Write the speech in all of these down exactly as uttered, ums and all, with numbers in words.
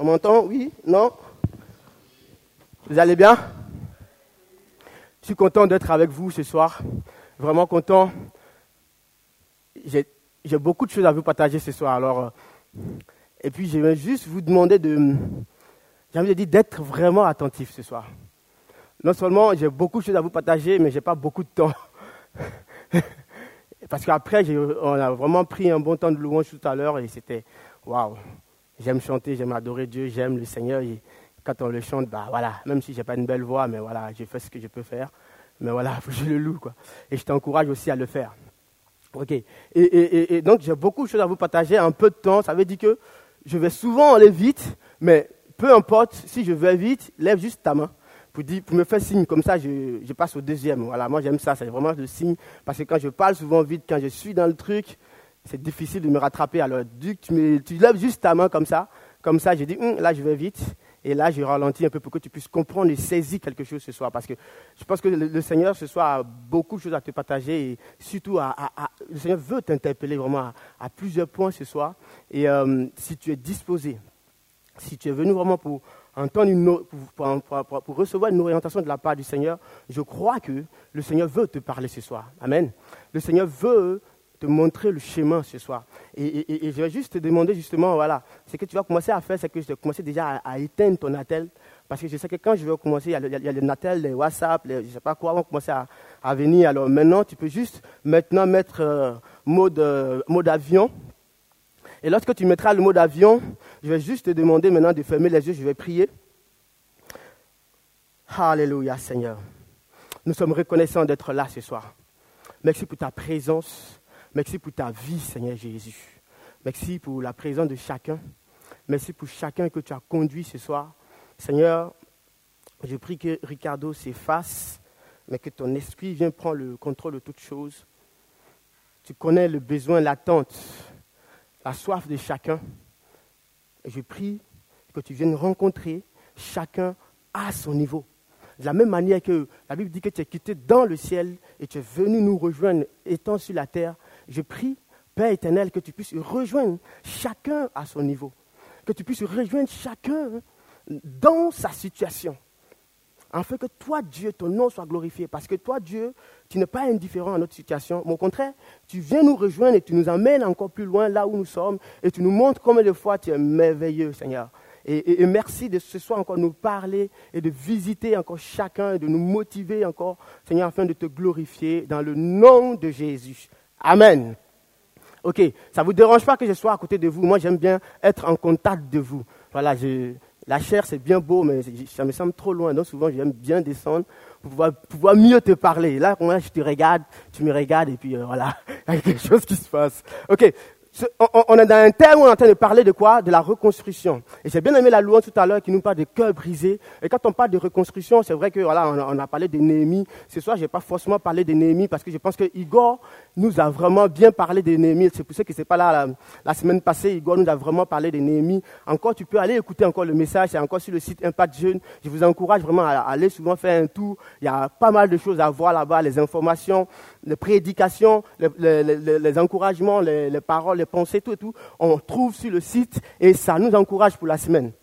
On m'entend? Oui? Non? Vous allez bien? Je suis content d'être avec vous ce soir. Vraiment content. J'ai, j'ai beaucoup de choses à vous partager ce soir. Alors, et puis, je vais juste vous demander de, j'ai envie de dire, d'être vraiment attentif ce soir. Non seulement j'ai beaucoup de choses à vous partager, mais je n'ai pas beaucoup de temps. Parce qu'après, j'ai, on a vraiment pris un bon temps de louange tout à l'heure et c'était waouh. J'aime chanter, j'aime adorer Dieu, j'aime le Seigneur. Et quand on le chante, bah voilà, même si je n'ai pas une belle voix, mais voilà, je fais ce que je peux faire. Mais voilà, je le loue, quoi. Et je t'encourage aussi à le faire. Ok. Et, et, et, et donc, j'ai beaucoup de choses à vous partager, un peu de temps. Ça veut dire que je vais souvent aller vite, mais peu importe, si je vais vite, lève juste ta main. Pour, dire, pour me faire signe, comme ça je, je passe au deuxième. Voilà, moi j'aime ça, c'est vraiment le signe. Parce que quand je parle souvent vite, quand je suis dans le truc, c'est difficile de me rattraper. Alors, dès que tu, me, tu lèves juste ta main comme ça, comme ça, je dis, hm, là je vais vite. Et là, je ralentis un peu pour que tu puisses comprendre et saisir quelque chose ce soir. Parce que je pense que le, le Seigneur ce soir a beaucoup de choses à te partager. Et surtout, à, à, à, le Seigneur veut t'interpeller vraiment à, à plusieurs points ce soir. Et euh, si tu es disposé, si tu es venu vraiment pour entendre une, pour, pour, pour, pour recevoir une orientation de la part du Seigneur, je crois que le Seigneur veut te parler ce soir. Amen. Le Seigneur veut te montrer le chemin ce soir. Et, et, et je vais juste te demander justement, voilà, ce que tu vas commencer à faire, c'est que je vais commencer déjà à, à éteindre ton attel. Parce que je sais que quand je vais commencer, il y a, il y a, il y a les Natel, les WhatsApp, les, je ne sais pas quoi, vont commencer à, à venir. Alors maintenant, tu peux juste maintenant mettre euh, mode, euh, mode avion. Et lorsque tu mettras le mode avion, je vais juste te demander maintenant de fermer les yeux, je vais prier. Alléluia, Seigneur. Nous sommes reconnaissants d'être là ce soir. Merci pour ta présence. Merci pour ta vie, Seigneur Jésus. Merci pour la présence de chacun. Merci pour chacun que tu as conduit ce soir. Seigneur, je prie que Ricardo s'efface, mais que ton esprit vienne prendre le contrôle de toutes choses. Tu connais le besoin, l'attente, la soif de chacun. Et je prie que tu viennes rencontrer chacun à son niveau. De la même manière que la Bible dit que tu es quitté dans le ciel et tu es venu nous rejoindre étant sur la terre, je prie, Père éternel, que tu puisses rejoindre chacun à son niveau. Que tu puisses rejoindre chacun dans sa situation. Afin que toi, Dieu, ton nom soit glorifié. Parce que toi, Dieu, tu n'es pas indifférent à notre situation. Mais au contraire, tu viens nous rejoindre et tu nous emmènes encore plus loin là où nous sommes. Et tu nous montres combien de fois tu es merveilleux, Seigneur. Et, et, et merci de ce soir encore nous parler et de visiter encore chacun et de nous motiver encore, Seigneur, afin de te glorifier dans le nom de Jésus. Amen. Ok, ça ne vous dérange pas que je sois à côté de vous. Moi, j'aime bien être en contact de vous. Voilà, je... La chair, c'est bien beau, mais ça me semble trop loin. Donc souvent, j'aime bien descendre pour pouvoir, pouvoir mieux te parler. Là, quand je te regarde, tu me regardes et puis euh, voilà, il y a quelque chose qui se passe. Ok, on, on est dans un thème où on est en train de parler de quoi? De la reconstruction. Et j'ai bien aimé la louange tout à l'heure qui nous parle de cœur brisé. Et quand on parle de reconstruction, c'est vrai que voilà, on a, on a parlé de Néhémie. Ce soir, je n'ai pas forcément parlé de Néhémie parce que je pense que Igor nous a vraiment bien parlé de Néhémie. C'est pour ceux qui ne sont pas là la, la semaine passée, Igor nous a vraiment parlé de Néhémie. Encore, tu peux aller écouter encore le message. C'est encore sur le site Impact Jeune. Je vous encourage vraiment à aller souvent faire un tour. Il y a pas mal de choses à voir là-bas, les informations, les prédications, les, les, les, les encouragements, les, les paroles, les pensées, tout et tout. On trouve sur le site et ça nous encourage pour la semaine.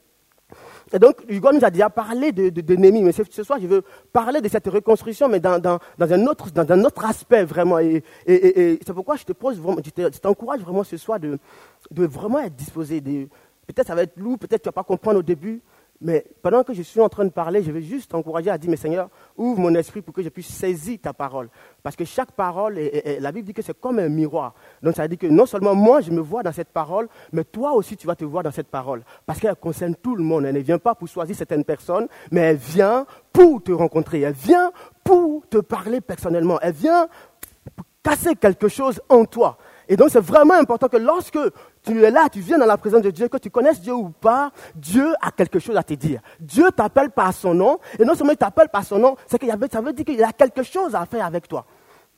Et donc, Hugo nous a déjà parlé de, de, de Néhémie, mais ce soir, je veux parler de cette reconstruction, mais dans, dans, dans, un, autre, dans un autre aspect, vraiment. Et, et, et, et c'est pourquoi je te pose vraiment, je, te, je t'encourage vraiment ce soir de, de vraiment être disposé. De, peut-être ça va être lourd, peut-être tu ne vas pas comprendre au début, mais pendant que je suis en train de parler, je vais juste t'encourager à dire, mais Seigneur, ouvre mon esprit pour que je puisse saisir ta parole. Parce que chaque parole, et, et, et la Bible dit que c'est comme un miroir. Donc ça veut dire que non seulement moi, je me vois dans cette parole, mais toi aussi, tu vas te voir dans cette parole. Parce qu'elle concerne tout le monde. Elle ne vient pas pour choisir certaines personnes, mais elle vient pour te rencontrer. Elle vient pour te parler personnellement. Elle vient pour casser quelque chose en toi. Et donc, c'est vraiment important que lorsque tu es là, tu viens dans la présence de Dieu, que tu connaisses Dieu ou pas, Dieu a quelque chose à te dire. Dieu t'appelle par son nom, et non seulement il t'appelle par son nom, c'est qu'il y avait, ça veut dire qu'il a quelque chose à faire avec toi.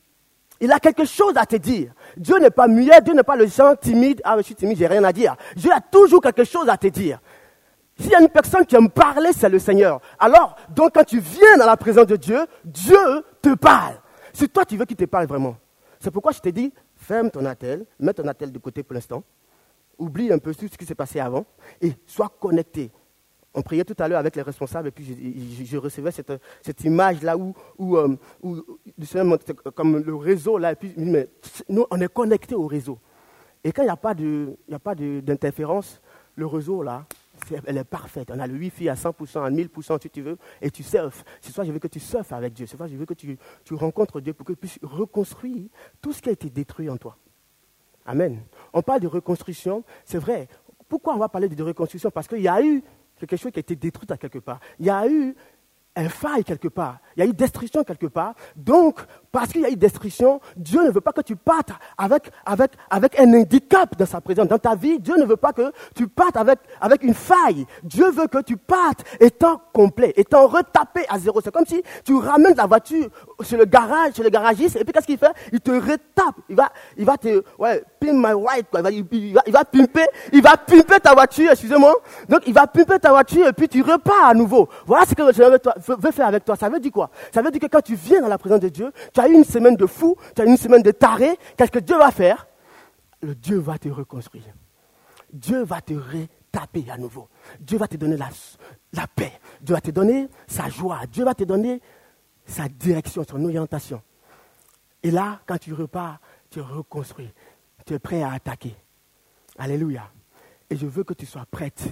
Il a quelque chose à te dire. Dieu n'est pas muet, Dieu n'est pas le genre timide. Ah, je suis timide, j'ai rien à dire. Dieu a toujours quelque chose à te dire. S'il y a une personne qui aime parler, c'est le Seigneur. Alors, donc quand tu viens dans la présence de Dieu, Dieu te parle. Si toi, tu veux qu'il te parle vraiment. C'est pourquoi je t'ai dit, ferme ton attel, mets ton attel de côté pour l'instant. oublie un peu tout ce qui s'est passé avant et sois connecté. On priait tout à l'heure avec les responsables et puis je, je, je recevais cette, cette image-là où, où, où, où comme le réseau là, et puis mais nous on est connectés au réseau. Et quand il n'y a pas de, il n'y a pas de, d'interférence, le réseau là, c'est, elle est parfaite. On a le Wi-Fi à cent pour cent, à mille pour cent si tu veux, et tu surfes. Ce soir, je veux que tu surfes avec Dieu. Ce soir, je veux que tu, tu rencontres Dieu pour que tu puisses reconstruire tout ce qui a été détruit en toi. Amen. On parle de reconstruction, c'est vrai. Pourquoi on va parler de reconstruction? Parce qu'il y a eu quelque chose qui a été détruit à quelque part. Il y a eu un faille quelque part. Il y a eu destruction quelque part. Donc, parce qu'il y a eu destruction, Dieu ne veut pas que tu partes avec, avec, avec un handicap dans sa présence. Dans ta vie, Dieu ne veut pas que tu partes avec, avec une faille. Dieu veut que tu partes étant complet, étant retapé à zéro. C'est comme si tu ramènes la voiture chez le garage, chez le garagiste, et puis qu'est-ce qu'il fait? Il te retape. Il va, il va te, ouais, pimp my ride, quoi. Il va, il va, il va pimper, il va pimper ta voiture, excusez-moi. Donc, il va pimper ta voiture, et puis tu repars à nouveau. Voilà ce que je veux, veux faire avec toi. Ça veut dire quoi? Ça veut dire que quand tu viens dans la présence de Dieu, tu as eu une semaine de fou, tu as eu une semaine de taré, qu'est-ce que Dieu va faire? Le Dieu va te reconstruire. Dieu va te retaper à nouveau. Dieu va te donner la, la paix. Dieu va te donner sa joie. Dieu va te donner sa direction, son orientation. Et là, quand tu repars, tu es reconstruit. Tu es prêt à attaquer. Alléluia. Et je veux que tu sois prête.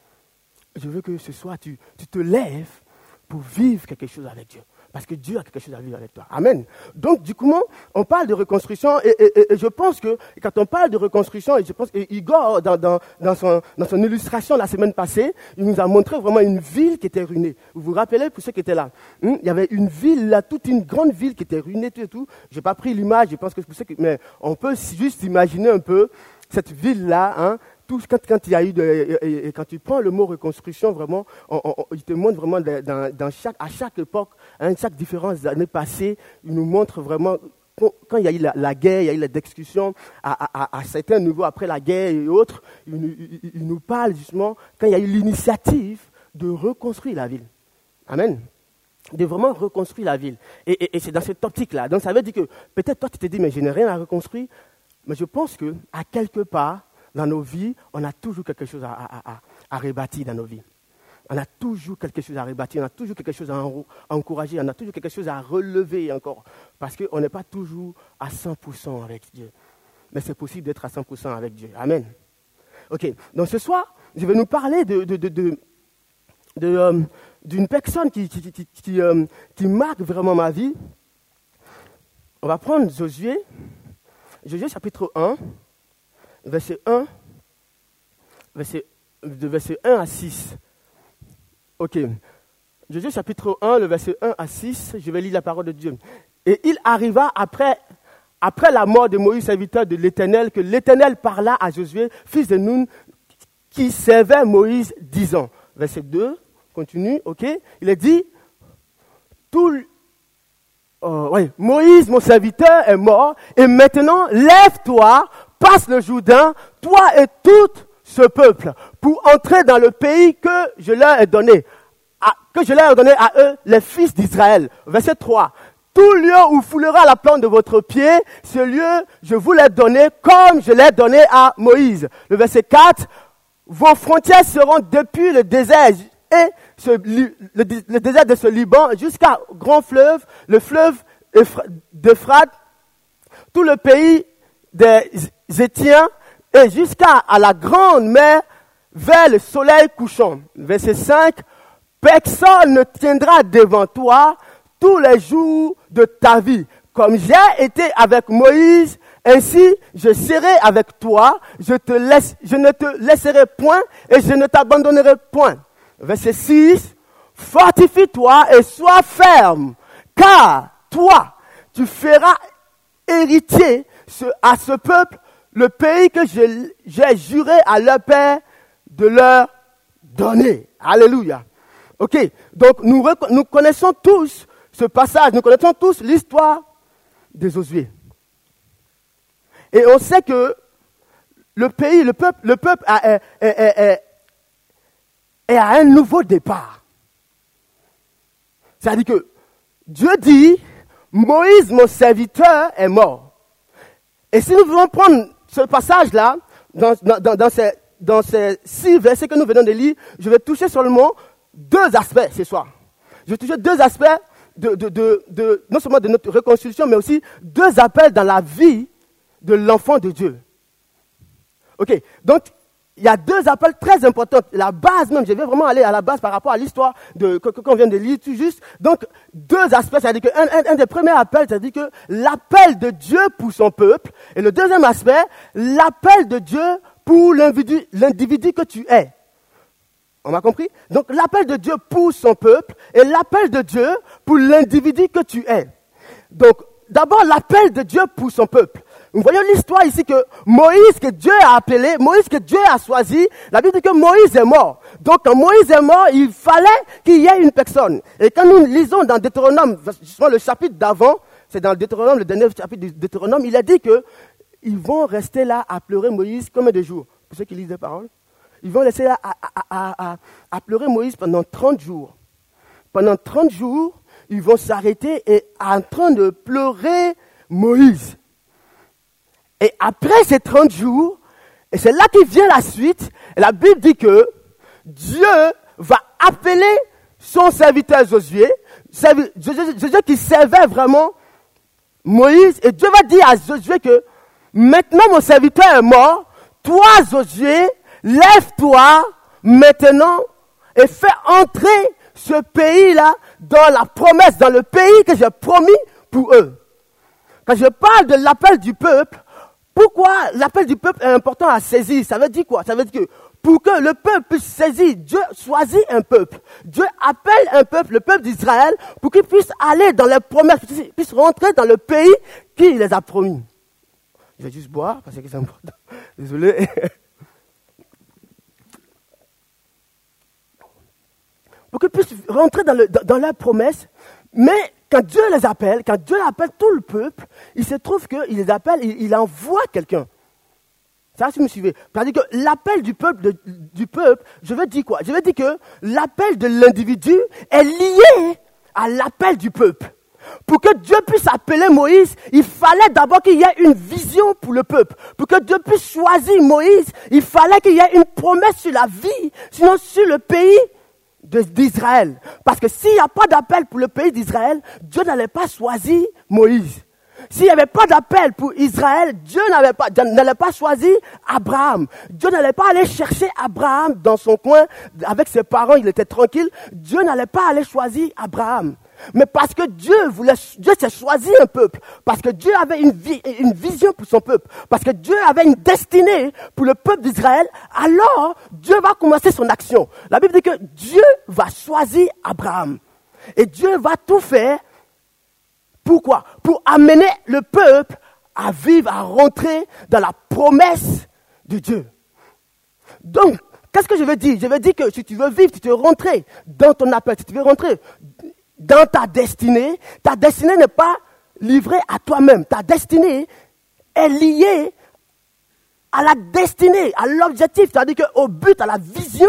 Je veux que ce soir, tu, tu te lèves pour vivre quelque chose avec Dieu. Parce que Dieu a quelque chose à vivre avec toi. Amen. Donc, du coup, on parle de reconstruction et, et, et je pense que quand on parle de reconstruction, et je pense que Igor, dans, dans, dans, son, dans son illustration la semaine passée, il nous a montré vraiment une ville qui était ruinée. Vous vous rappelez, pour ceux qui étaient là, hein, il y avait une ville, là, toute une grande ville qui était ruinée, tout et tout. Je n'ai pas pris l'image, je pense que c'est pour ça que, mais on peut juste imaginer un peu cette ville-là, hein, tout, quand, quand il y a eu de, et, et quand tu prends le mot reconstruction, vraiment, on, on, il te montre vraiment dans, dans chaque, à chaque époque, hein, chaque différence années passées, il nous montre vraiment quand il y a eu la, la guerre, il y a eu la discussion à, à, à certains niveaux après la guerre et autres, il, il, il nous parle justement quand il y a eu l'initiative de reconstruire la ville. Amen. De vraiment reconstruire la ville. Et, et, et c'est dans cette optique-là. Donc ça veut dire que peut-être toi tu te dis mais je n'ai rien à reconstruire, mais je pense que à quelque part dans nos vies, on a toujours quelque chose à, à, à, à rebâtir dans nos vies. On a toujours quelque chose à rebâtir, on a toujours quelque chose à, en, à encourager, on a toujours quelque chose à relever encore. Parce qu'on n'est pas toujours à cent pour cent avec Dieu. Mais c'est possible d'être à cent pour cent avec Dieu. Amen. Ok, donc ce soir, je vais nous parler de, de, de, de, de, euh, d'une personne qui, qui, qui, qui, euh, qui marque vraiment ma vie. On va prendre Josué, Josué chapitre un. Verset un, verset, de verset un à six. Ok. Josué chapitre un, le verset un à six, je vais lire la parole de Dieu. Et il arriva après, après la mort de Moïse, serviteur de l'Éternel, que l'Éternel parla à Josué, fils de Nun, qui servait Moïse, disant. Verset deux, continue, ok. Il est dit, tout, euh, ouais, Moïse, mon serviteur, est mort, et maintenant, lève-toi, passe le Jourdain, toi et tout ce peuple, pour entrer dans le pays que je leur ai donné, à, que je leur ai donné à eux, les fils d'Israël. Verset trois. Tout lieu où foulera la plante de votre pied, ce lieu, je vous l'ai donné comme je l'ai donné à Moïse. Le verset quatre. Vos frontières seront depuis le désert et ce, le, le désert de ce Liban jusqu'à grand fleuve, le fleuve d'Euphrate, tout le pays des Étiens et jusqu'à à la grande mer vers le soleil couchant. Verset cinq. Personne ne tiendra devant toi tous les jours de ta vie. Comme j'ai été avec Moïse, ainsi je serai avec toi. Je, te laisse, je ne te laisserai point et je ne t'abandonnerai point. Verset six. Fortifie-toi et sois ferme, car toi, tu feras héritier à ce peuple le pays que je, j'ai juré à leur père de leur donner. Alléluia. Ok, donc nous, nous connaissons tous ce passage, nous connaissons tous l'histoire de Josué. Et on sait que le pays, le peuple, le peuple a, est, est, est, est à un nouveau départ. C'est-à-dire que Dieu dit, Moïse, mon serviteur, est mort. Et si nous voulons prendre ce passage-là, dans, dans, dans, ces, dans ces six versets que nous venons de lire, je vais toucher seulement deux aspects ce soir. Je vais toucher deux aspects, de, de, de, de, non seulement de notre reconstruction, mais aussi deux appels dans la vie de l'enfant de Dieu. Ok, donc il y a deux appels très importants. La base même, je vais vraiment aller à la base par rapport à l'histoire de, que, qu'on vient de lire tout juste. Donc, deux aspects, c'est-à-dire qu'un un, un des premiers appels, c'est-à-dire que l'appel de Dieu pour son peuple. Et le deuxième aspect, l'appel de Dieu pour l'individu, l'individu que tu es. On m'a compris? Donc, l'appel de Dieu pour son peuple et l'appel de Dieu pour l'individu que tu es. Donc, d'abord, l'appel de Dieu pour son peuple. Nous voyons l'histoire ici que Moïse, que Dieu a appelé, Moïse que Dieu a choisi, la Bible dit que Moïse est mort. Donc quand Moïse est mort, il fallait qu'il y ait une personne. Et quand nous lisons dans Deutéronome, justement le chapitre d'avant, c'est dans le Deutéronome, le dernier chapitre du Deutéronome, il a dit que ils vont rester là à pleurer Moïse combien de jours? Pour ceux qui lisent les paroles. Ils vont rester là à, à, à, à, à pleurer Moïse pendant trente jours. Pendant trente jours, ils vont s'arrêter et en train de pleurer Moïse. Et après ces trente jours, et c'est là qu'il vient la suite, et la Bible dit que Dieu va appeler son serviteur Josué, Josué qui servait vraiment Moïse, et Dieu va dire à Josué que maintenant mon serviteur est mort, toi Josué, lève-toi maintenant et fais entrer ce pays-là dans la promesse, dans le pays que j'ai promis pour eux. Quand je parle de l'appel du peuple, pourquoi l'appel du peuple est important à saisir? Ça veut dire quoi? Ça veut dire que pour que le peuple puisse saisir, Dieu choisit un peuple. Dieu appelle un peuple, le peuple d'Israël, pour qu'il puisse aller dans les promesses, pour qu'il puisse rentrer dans le pays qu'il les a promis. Je vais juste boire parce que c'est important. Désolé. Pour qu'ils puissent rentrer dans, le, dans, dans leurs promesses, mais quand Dieu les appelle, quand Dieu appelle tout le peuple, il se trouve qu'il les appelle, il, il envoie quelqu'un. Ça, si vous me suivez. C'est-à-dire que l'appel du peuple, de, du peuple, je veux dire quoi? Je veux dire que l'appel de l'individu est lié à l'appel du peuple. Pour que Dieu puisse appeler Moïse, il fallait d'abord qu'il y ait une vision pour le peuple. Pour que Dieu puisse choisir Moïse, il fallait qu'il y ait une promesse sur la vie, sinon sur le pays d'Israël. Parce que s'il n'y a pas d'appel pour le pays d'Israël, Dieu n'allait pas choisir Moïse. S'il n'y avait pas d'appel pour Israël, Dieu n'avait pas, n'allait pas choisir Abraham. Dieu n'allait pas aller chercher Abraham dans son coin, avec ses parents, il était tranquille. Dieu n'allait pas aller choisir Abraham. Mais parce que Dieu voulait, Dieu s'est choisi un peuple, parce que Dieu avait une, vie, une vision pour son peuple, parce que Dieu avait une destinée pour le peuple d'Israël, alors Dieu va commencer son action. La Bible dit que Dieu va choisir Abraham. Et Dieu va tout faire. Pourquoi? Pour amener le peuple à vivre, à rentrer dans la promesse de Dieu. Donc, qu'est-ce que je veux dire? Je veux dire que si tu veux vivre, si tu veux rentrer dans ton appel, si tu veux rentrer dans ta destinée, ta destinée n'est pas livrée à toi-même. Ta destinée est liée à la destinée, à l'objectif, c'est-à-dire au but, à la vision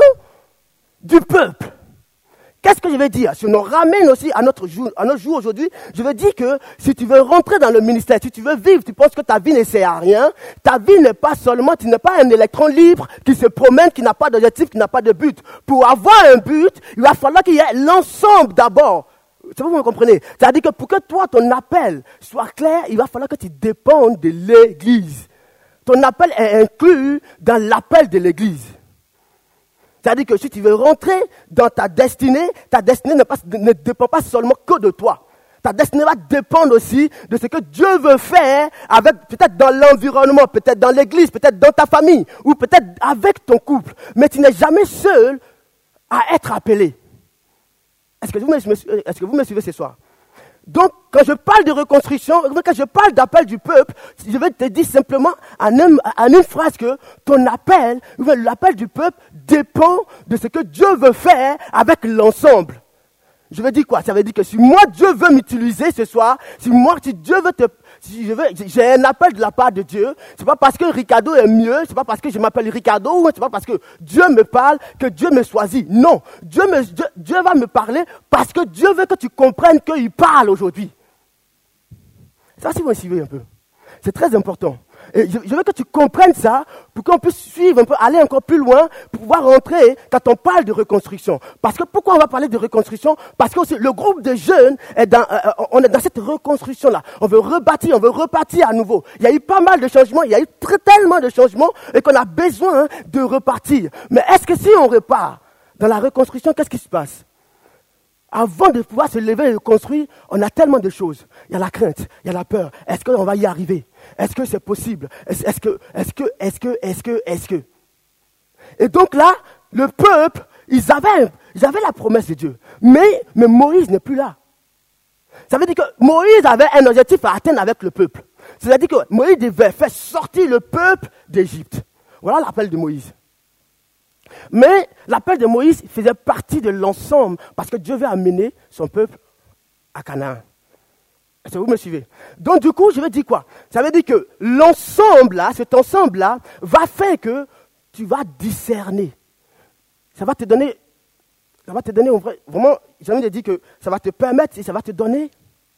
du peuple. Qu'est-ce que je veux dire? Si on nous ramène aussi à notre jour, à notre jour aujourd'hui, je veux dire que si tu veux rentrer dans le ministère, si tu veux vivre, tu penses que ta vie ne sert à rien, ta vie n'est pas seulement, tu n'es pas un électron libre qui se promène, qui n'a pas d'objectif, qui n'a pas de but. Pour avoir un but, il va falloir qu'il y ait l'ensemble d'abord. C'est vous, vous me comprenez? C'est-à-dire que pour que toi, ton appel soit clair, il va falloir que tu dépendes de l'Église. Ton appel est inclus dans l'appel de l'Église. C'est-à-dire que si tu veux rentrer dans ta destinée, ta destinée ne, pas, ne dépend pas seulement que de toi. Ta destinée va dépendre aussi de ce que Dieu veut faire avec, peut-être dans l'environnement, peut-être dans l'église, peut-être dans ta famille, ou peut-être avec ton couple. Mais tu n'es jamais seul à être appelé. Est-ce que vous me, est-ce que vous me suivez ce soir? Donc, quand je parle de reconstruction, quand je parle d'appel du peuple, je vais te dire simplement en une, en une phrase que ton appel, l'appel du peuple dépend de ce que Dieu veut faire avec l'ensemble. Je veux dire quoi? Ça veut dire que si moi Dieu veut m'utiliser ce soir, si moi, si Dieu veut te, si je veux, j'ai un appel de la part de Dieu, c'est pas parce que Ricardo est mieux, c'est pas parce que je m'appelle Ricardo, ou c'est pas parce que Dieu me parle que Dieu me choisit. Non. Dieu me, Dieu, Dieu va me parler parce que Dieu veut que tu comprennes qu'il parle aujourd'hui. Ça, si vous me suivez un peu. C'est très important. Et je, je veux que tu comprennes ça pour qu'on puisse suivre un peu, aller encore plus loin pour pouvoir rentrer quand on parle de reconstruction. Parce que pourquoi on va parler de reconstruction? Parce que aussi, le groupe de jeunes est dans, euh, on est dans cette reconstruction-là. On veut rebâtir, on veut repartir à nouveau. Il y a eu pas mal de changements, il y a eu très, tellement de changements et qu'on a besoin hein, de repartir. Mais est-ce que si on repart dans la reconstruction, qu'est-ce qui se passe? Avant de pouvoir se lever et reconstruire, on a tellement de choses. Il y a la crainte, il y a la peur. Est-ce qu'on va y arriver? Est-ce que c'est possible? Est-ce, est-ce que, est-ce que, est-ce que, est-ce que, est-ce que? Et donc là, le peuple, ils avaient, ils avaient la promesse de Dieu. Mais, mais Moïse n'est plus là. Ça veut dire que Moïse avait un objectif à atteindre avec le peuple. C'est-à-dire que Moïse devait faire sortir le peuple d'Égypte. Voilà l'appel de Moïse. Mais l'appel de Moïse faisait partie de l'ensemble parce que Dieu veut amener son peuple à Canaan. Est-ce que vous me suivez? Donc du coup, je vais dire quoi? Ça veut dire que l'ensemble là, cet ensemble-là, va faire que tu vas discerner. Ça va te donner, ça va te donner vraiment, j'ai envie de dire que ça va te permettre et ça va te donner,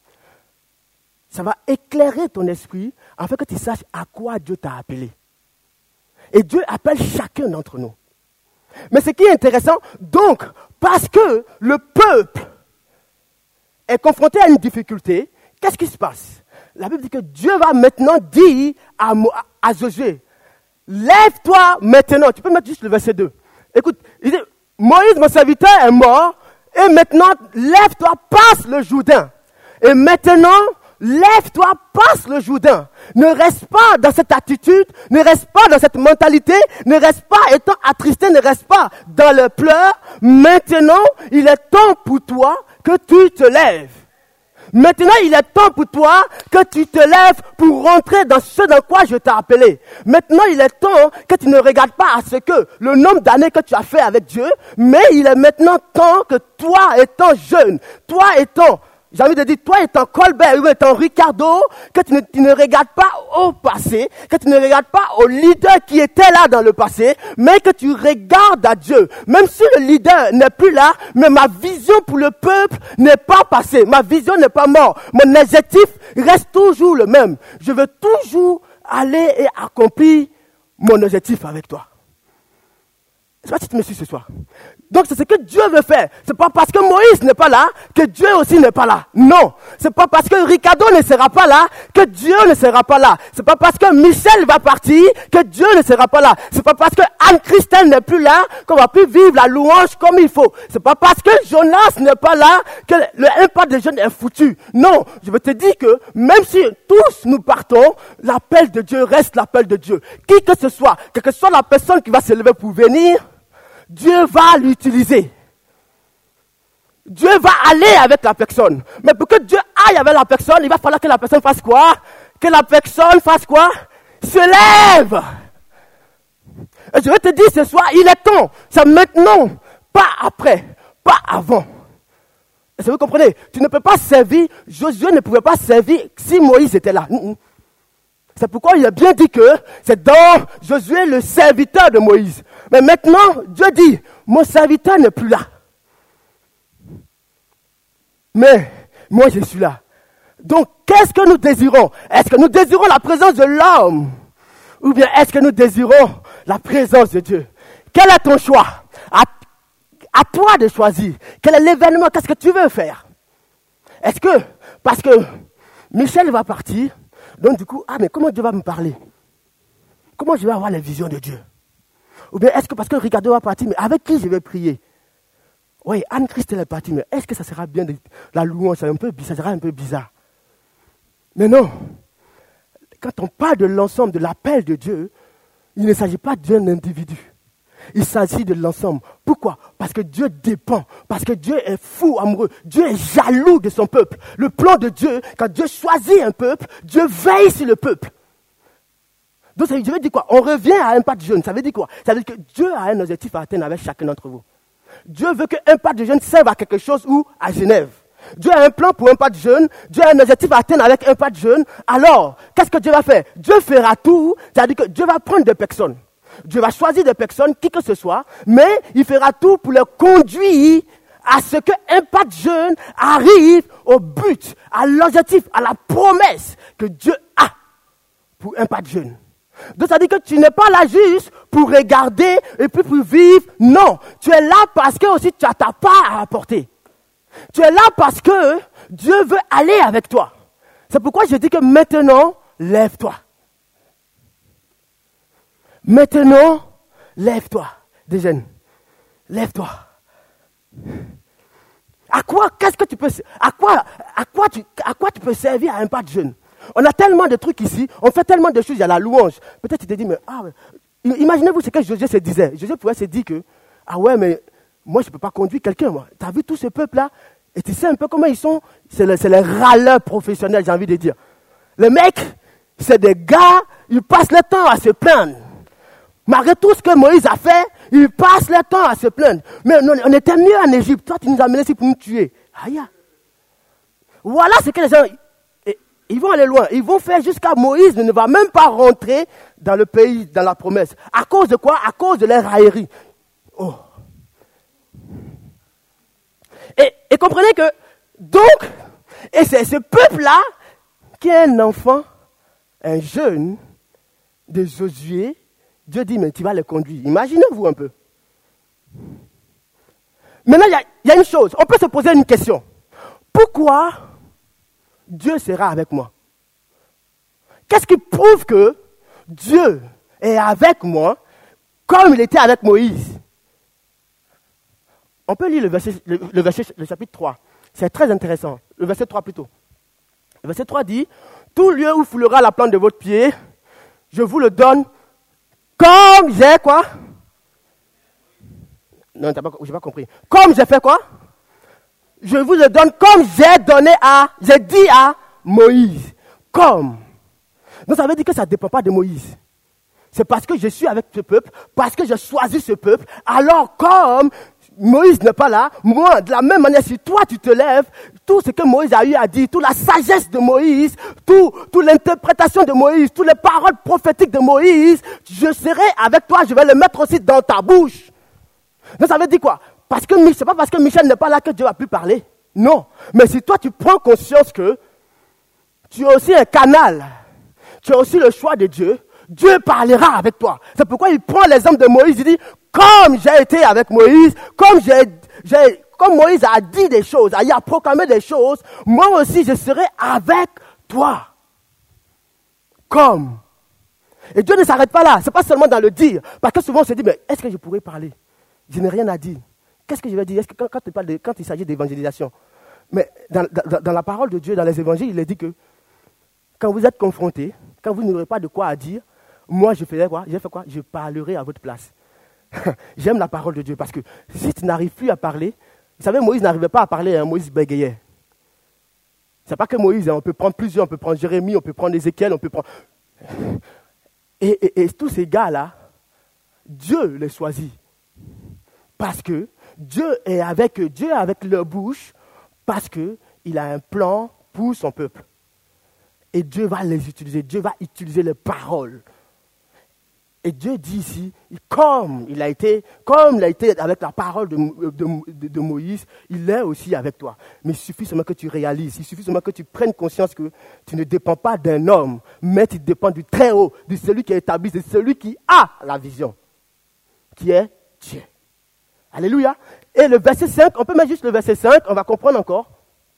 ça va éclairer ton esprit afin que tu saches à quoi Dieu t'a appelé. Et Dieu appelle chacun d'entre nous. Mais ce qui est intéressant, donc, parce que le peuple est confronté à une difficulté, qu'est-ce qui se passe? La Bible dit que Dieu va maintenant dire à, à Josué, lève-toi maintenant. Tu peux mettre juste le verset deux. Écoute, il dit, Moïse, mon serviteur, est mort, et maintenant, lève-toi, passe le Jourdain. Et maintenant, lève-toi, passe le Jourdain. Ne reste pas dans cette attitude, ne reste pas dans cette mentalité, ne reste pas étant attristé, ne reste pas dans le pleurs. Maintenant, il est temps pour toi que tu te lèves. Maintenant, il est temps pour toi que tu te lèves pour rentrer dans ce dans quoi je t'ai appelé. Maintenant, il est temps que tu ne regardes pas à ce que le nombre d'années que tu as fait avec Dieu, mais il est maintenant temps que toi étant jeune, toi étant J'ai envie de dire, toi étant Colbert ou étant Ricardo, que tu ne, tu ne regardes pas au passé, que tu ne regardes pas au leader qui était là dans le passé, mais que tu regardes à Dieu. Même si le leader n'est plus là, mais ma vision pour le peuple n'est pas passée. Ma vision n'est pas morte. Mon objectif reste toujours le même. Je veux toujours aller et accomplir mon objectif avec toi. Je ne sais pas si tu me suis ce soir. Donc c'est ce que Dieu veut faire. C'est pas parce que Moïse n'est pas là que Dieu aussi n'est pas là. Non. C'est pas parce que Ricardo ne sera pas là que Dieu ne sera pas là. C'est pas parce que Michel va partir que Dieu ne sera pas là. C'est pas parce que Anne-Christelle n'est plus là qu'on va plus vivre la louange comme il faut. C'est pas parce que Jonas n'est pas là que le impact des jeunes est foutu. Non. Je veux te dire que même si tous nous partons, l'appel de Dieu reste l'appel de Dieu. Qui que ce soit, quelle que soit la personne qui va se lever pour venir, Dieu va l'utiliser. Dieu va aller avec la personne. Mais pour que Dieu aille avec la personne, il va falloir que la personne fasse quoi? Que la personne fasse quoi? Se lève. Et je vais te dire ce soir, il est temps. C'est maintenant, pas après, pas avant. Est-ce que vous comprenez? Tu ne peux pas servir, Josué ne pouvait pas servir si Moïse était là. C'est pourquoi il a bien dit que c'est dans Josué le serviteur de Moïse. Mais maintenant, Dieu dit, mon serviteur n'est plus là. Mais moi, je suis là. Donc, qu'est-ce que nous désirons? Est-ce que nous désirons la présence de l'homme? Ou bien est-ce que nous désirons la présence de Dieu? Quel est ton choix? À, à toi de choisir. Quel est l'événement? Qu'est-ce que tu veux faire? Est-ce que, parce que Michel va partir, donc du coup, ah mais comment Dieu va me parler? Comment je vais avoir la vision de Dieu? Ou bien est-ce que parce que Ricardo va partir, mais avec qui je vais prier? Oui, Anne-Christelle est partie, mais est-ce que ça sera bien de la louange? Ça, un peu, ça sera un peu bizarre. Mais non. Quand on parle de l'ensemble, de l'appel de Dieu, il ne s'agit pas d'un individu. Il s'agit de l'ensemble. Pourquoi? Parce que Dieu dépend. Parce que Dieu est fou, amoureux. Dieu est jaloux de son peuple. Le plan de Dieu, quand Dieu choisit un peuple, Dieu veille sur le peuple. Donc, ça veut dire quoi? On revient à Impact Jeune. Ça veut dire quoi? Ça veut dire que Dieu a un objectif à atteindre avec chacun d'entre vous. Dieu veut que Impact Jeune serve à quelque chose ou à Genève. Dieu a un plan pour Impact Jeune. Dieu a un objectif à atteindre avec Impact Jeune. Alors, qu'est-ce que Dieu va faire? Dieu fera tout. C'est-à-dire que Dieu va prendre des personnes. Dieu va choisir des personnes, qui que ce soit, mais il fera tout pour les conduire à ce que Impact Jeune arrive au but, à l'objectif, à la promesse que Dieu a pour un pas de jeûne. Donc ça dit que tu n'es pas là juste pour regarder et puis pour vivre. Non, tu es là parce que aussi tu as ta part à apporter. Tu es là parce que Dieu veut aller avec toi. C'est pourquoi je dis que maintenant, lève-toi. Maintenant, lève-toi. Des jeunes, lève-toi. À quoi, qu'est-ce que tu peux, à quoi, à quoi tu, à quoi tu peux servir à un pas de jeûne? On a tellement de trucs ici, on fait tellement de choses, il y a la louange. Peut-être tu te dis, mais ah, imaginez-vous ce que Josué se disait. Josué pouvait se dire que, ah ouais, mais moi je ne peux pas conduire quelqu'un, moi. Tu as vu tout ce peuple-là? Et tu sais un peu comment ils sont? C'est les, c'est les râleurs professionnels, j'ai envie de dire. Les mecs, c'est des gars, ils passent le temps à se plaindre. Malgré tout ce que Moïse a fait, ils passent le temps à se plaindre. Mais on, on était mieux en Égypte. Toi, tu nous as amenés ici pour nous tuer. Aïe. Voilà ce que les gens... Ils vont aller loin. Ils vont faire jusqu'à Moïse ne va même pas rentrer dans le pays, dans la promesse. À cause de quoi? À cause de leur raillerie. Oh. Et, et comprenez que, donc, et c'est ce peuple-là qui est un enfant, un jeune de Josué. Dieu dit, mais tu vas le conduire. Imaginez-vous un peu. Maintenant, il y, y a une chose. On peut se poser une question. Pourquoi Dieu sera avec moi? Qu'est-ce qui prouve que Dieu est avec moi comme il était avec Moïse? On peut lire le verset, le, le verset, le chapitre trois. C'est très intéressant. Le verset trois plutôt. Le verset trois dit, « Tout lieu où foulera la plante de votre pied, je vous le donne comme j'ai quoi? » Non, je n'ai pas compris. Comme j'ai fait quoi? Je vous le donne comme j'ai donné à, j'ai dit à Moïse. Comme. Donc ça veut dire que ça ne dépend pas de Moïse. C'est parce que je suis avec ce peuple, parce que j'ai choisi ce peuple. Alors comme Moïse n'est pas là, moi, de la même manière, si toi tu te lèves, tout ce que Moïse a eu à dire, toute la sagesse de Moïse, tout, toute l'interprétation de Moïse, toutes les paroles prophétiques de Moïse, je serai avec toi, je vais les mettre aussi dans ta bouche. Donc ça veut dire quoi? Parce que ce n'est pas parce que Michel n'est pas là que Dieu va plus parler. Non. Mais si toi tu prends conscience que tu es aussi un canal, tu as aussi le choix de Dieu, Dieu parlera avec toi. C'est pourquoi il prend l'exemple de Moïse, il dit, comme j'ai été avec Moïse, comme j'ai, j'ai, comme Moïse a dit des choses, il a proclamé des choses, moi aussi je serai avec toi. Comme. Et Dieu ne s'arrête pas là, ce n'est pas seulement dans le dire. Parce que souvent on se dit, mais est-ce que je pourrais parler? Je n'ai rien à dire. Qu'est-ce que je vais dire? Est-ce que quand, quand, tu parles de, quand il s'agit d'évangélisation, mais dans, dans, dans la parole de Dieu, dans les évangiles, il est dit que quand vous êtes confrontés, quand vous n'aurez pas de quoi à dire, moi je ferai quoi? Je fais quoi? Je parlerai à votre place. J'aime la parole de Dieu parce que si tu n'arrives plus à parler, vous savez, Moïse n'arrivait pas à parler, hein, Moïse bégayait. C'est pas que Moïse, hein, on peut prendre plusieurs, on peut prendre Jérémie, on peut prendre Ézéchiel, on peut prendre... Et, et, et tous ces gars-là, Dieu les choisit. Parce que Dieu est avec eux, Dieu est avec leur bouche, parce qu'il a un plan pour son peuple. Et Dieu va les utiliser, Dieu va utiliser les paroles. Et Dieu dit ici, comme il a été, comme il a été avec la parole de, de, de, de Moïse, il est aussi avec toi. Mais il suffit seulement que tu réalises, il suffit seulement que tu prennes conscience que tu ne dépends pas d'un homme, mais tu dépends du Très-Haut, de celui qui est établi, de celui qui a la vision, qui est Dieu. Alléluia. Et le verset cinq, on peut mettre juste le verset cinq, on va comprendre encore.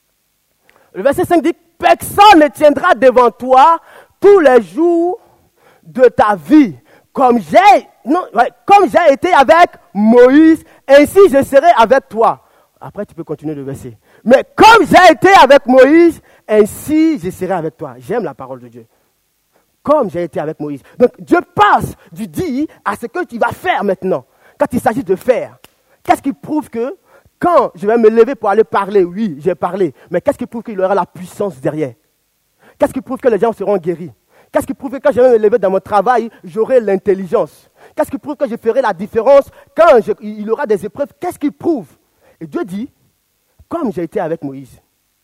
Le verset cinq dit, personne ne tiendra devant toi tous les jours de ta vie. Comme j'ai, non, ouais, comme j'ai été avec Moïse, ainsi je serai avec toi. Après, tu peux continuer le verset. Mais comme j'ai été avec Moïse, ainsi je serai avec toi. J'aime la parole de Dieu. Comme j'ai été avec Moïse. Donc, Dieu passe du dit à ce que tu vas faire maintenant. Quand il s'agit de faire. Qu'est-ce qui prouve que quand je vais me lever pour aller parler, oui, j'ai parlé, mais qu'est-ce qui prouve qu'il y aura la puissance derrière? Qu'est-ce qui prouve que les gens seront guéris? Qu'est-ce qui prouve que quand je vais me lever dans mon travail, j'aurai l'intelligence? Qu'est-ce qui prouve que je ferai la différence quand je, il y aura des épreuves? Qu'est-ce qui prouve? Et Dieu dit, comme j'ai été avec Moïse,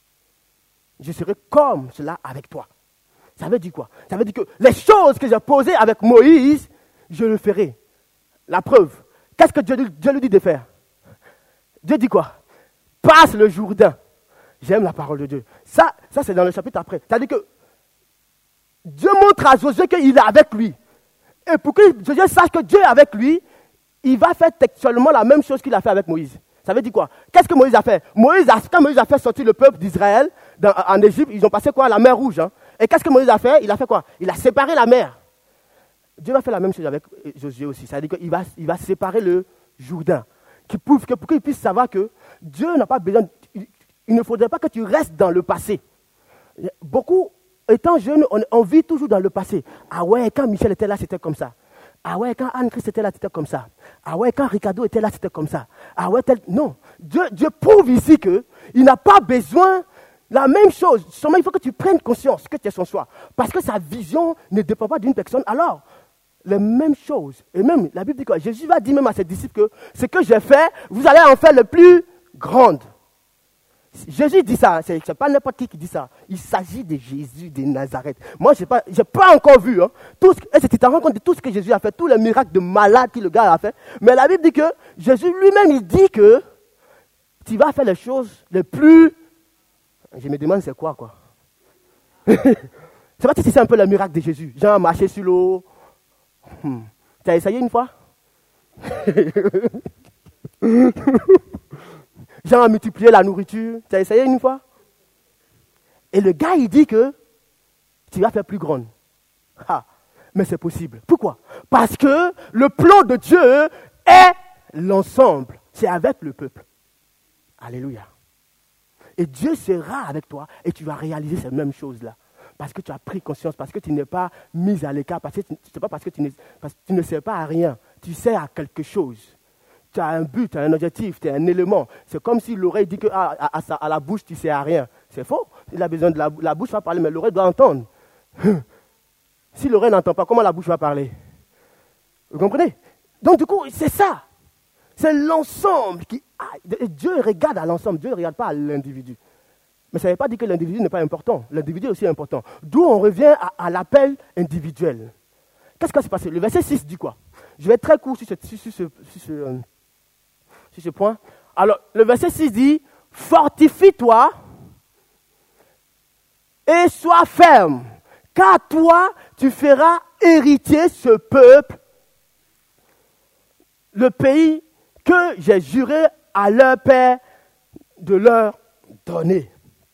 je serai comme cela avec toi. Ça veut dire quoi? Ça veut dire que les choses que j'ai posées avec Moïse, je le ferai. La preuve, qu'est-ce que Dieu, Dieu lui dit de faire? Dieu dit quoi? Passe le Jourdain. J'aime la parole de Dieu. Ça, ça c'est dans le chapitre après. C'est-à-dire que Dieu montre à Josué qu'il est avec lui. Et pour que Josué sache que Dieu est avec lui, il va faire textuellement la même chose qu'il a fait avec Moïse. Ça veut dire quoi? Qu'est-ce que Moïse a fait? Moïse a, quand Moïse a fait sortir le peuple d'Israël dans, en Égypte, ils ont passé quoi? La mer Rouge. Hein. Et qu'est-ce que Moïse a fait? Il a fait quoi? Il a séparé la mer. Dieu va faire la même chose avec Josué aussi. Ça veut dire qu'il va, il va séparer le Jourdain. Qui prouve que, pour qu'il puisse savoir que Dieu n'a pas besoin... Il, il ne faudrait pas que tu restes dans le passé. Beaucoup, étant jeune, on, on vit toujours dans le passé. Ah ouais, quand Michel était là, c'était comme ça. Ah ouais, quand Anne-Christ était là, c'était comme ça. Ah ouais, quand Ricardo était là, c'était comme ça. Ah ouais, tel... Non. Dieu, Dieu prouve ici qu'il n'a pas besoin... La même chose. Seulement, il faut que tu prennes conscience que tu es son choix. Parce que sa vision ne dépend pas d'une personne. Alors, les mêmes choses. Et même, la Bible dit quoi? Jésus va dire même à ses disciples que ce que j'ai fait, vous allez en faire le plus grand. Jésus dit ça, ce n'est pas n'importe qui qui dit ça. Il s'agit de Jésus de Nazareth. Moi, je n'ai pas, j'ai pas encore vu. Hein, tout ce, et tu te rends compte de tout ce que Jésus a fait, tous les miracles de malade que le gars a fait. Mais la Bible dit que Jésus lui-même, il dit que tu vas faire les choses les plus... Je me demande c'est quoi, quoi. C'est pas si c'est un peu le miracle de Jésus. Genre marcher sur l'eau. Hmm. Tu as essayé une fois? Genre multiplier la nourriture. Tu as essayé une fois? Et le gars, il dit que tu vas faire plus grande. Ah, mais c'est possible. Pourquoi? Parce que le plan de Dieu est l'ensemble. C'est avec le peuple. Alléluia. Et Dieu sera avec toi et tu vas réaliser ces mêmes choses-là. Parce que tu as pris conscience, parce que tu n'es pas mis à l'écart, parce que tu, c'est pas parce que, tu ne, parce que tu ne sais pas à rien, tu sais à quelque chose. Tu as un but, tu as un objectif, tu as un élément. C'est comme si l'oreille dit que à, à, à, à la bouche, tu ne sais à rien. C'est faux. Il a besoin de la, la bouche va parler, mais l'oreille doit entendre. Si l'oreille n'entend pas, comment la bouche va parler? Vous comprenez? Donc du coup, c'est ça. C'est l'ensemble qui... Dieu regarde à l'ensemble, Dieu ne regarde pas à l'individu. Mais ça ne veut pas dire que l'individu n'est pas important. L'individu est aussi important. D'où on revient à, à l'appel individuel. Qu'est-ce qui s'est passé? Le verset six dit quoi? Je vais être très court sur ce, sur, sur, sur, sur, ce, euh, sur ce point. Alors, le verset six dit, fortifie-toi et sois ferme, car toi, tu feras hériter ce peuple, le pays que j'ai juré à leur père de leur donner.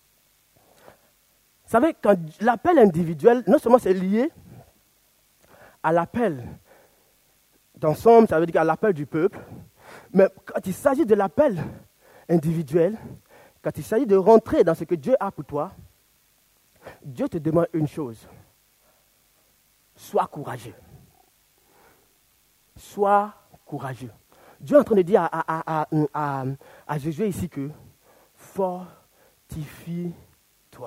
Vous savez, quand l'appel individuel, non seulement c'est lié à l'appel d'ensemble, ça veut dire à l'appel du peuple, mais quand il s'agit de l'appel individuel, quand il s'agit de rentrer dans ce que Dieu a pour toi, Dieu te demande une chose. Sois courageux. Sois courageux. Dieu est en train de dire à, à, à, à, à Jésus ici que fortifie-toi.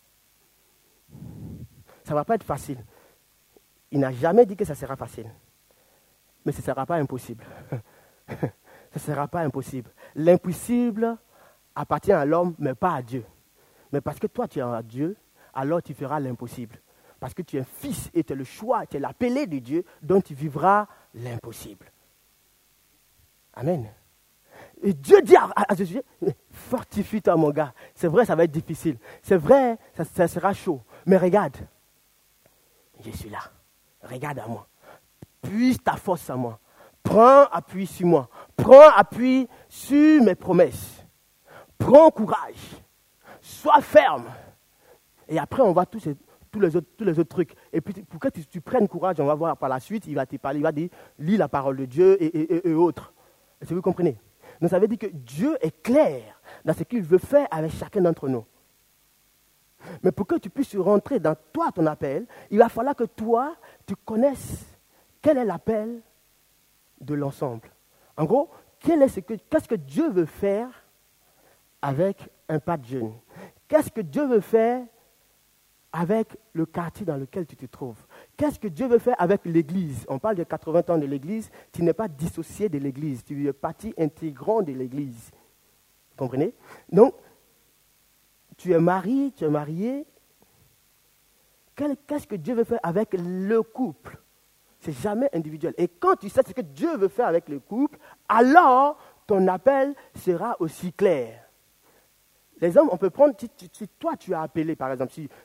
Ça ne va pas être facile. Il n'a jamais dit que ça sera facile. Mais ce ne sera pas impossible. Ce ne sera pas impossible. L'impossible appartient à l'homme, mais pas à Dieu. Mais parce que toi, tu es à Dieu, alors tu feras l'impossible. Parce que tu es un fils et tu es le choix, tu es l'appelé de Dieu, donc tu vivras l'impossible. Amen. Et Dieu dit à, à Jésus, fortifie-toi mon gars. C'est vrai, ça va être difficile. C'est vrai, ça, ça sera chaud. Mais regarde, je suis là. Regarde à moi. Puise ta force à moi. Prends appui sur moi. Prends appui sur mes promesses. Prends courage. Sois ferme. Et après, on va tous, tous, les autres, tous les autres trucs. Et puis, pour que tu, tu prennes courage, on va voir par la suite, il va te parler, il va dire, lis la parole de Dieu et, et, et, et autres. Est-ce que vous comprenez? Donc ça veut dire que Dieu est clair dans ce qu'il veut faire avec chacun d'entre nous. Mais pour que tu puisses rentrer dans toi, ton appel, il va falloir que toi, tu connaisses quel est l'appel de l'ensemble. En gros, quel est ce que, qu'est-ce que Dieu veut faire avec un pas de jeune? Qu'est-ce que Dieu veut faire avec le quartier dans lequel tu te trouves? Qu'est-ce que Dieu veut faire avec l'Église? On parle de quatre-vingts ans de l'Église. Tu n'es pas dissocié de l'Église. Tu es partie intégrante de l'Église. Vous comprenez? Donc, tu es marié, tu es marié. Qu'est-ce que Dieu veut faire avec le couple? C'est jamais individuel. Et quand tu sais ce que Dieu veut faire avec le couple, alors ton appel sera aussi clair. Les hommes, on peut prendre, si, si toi tu as appelé, par exemple, si, si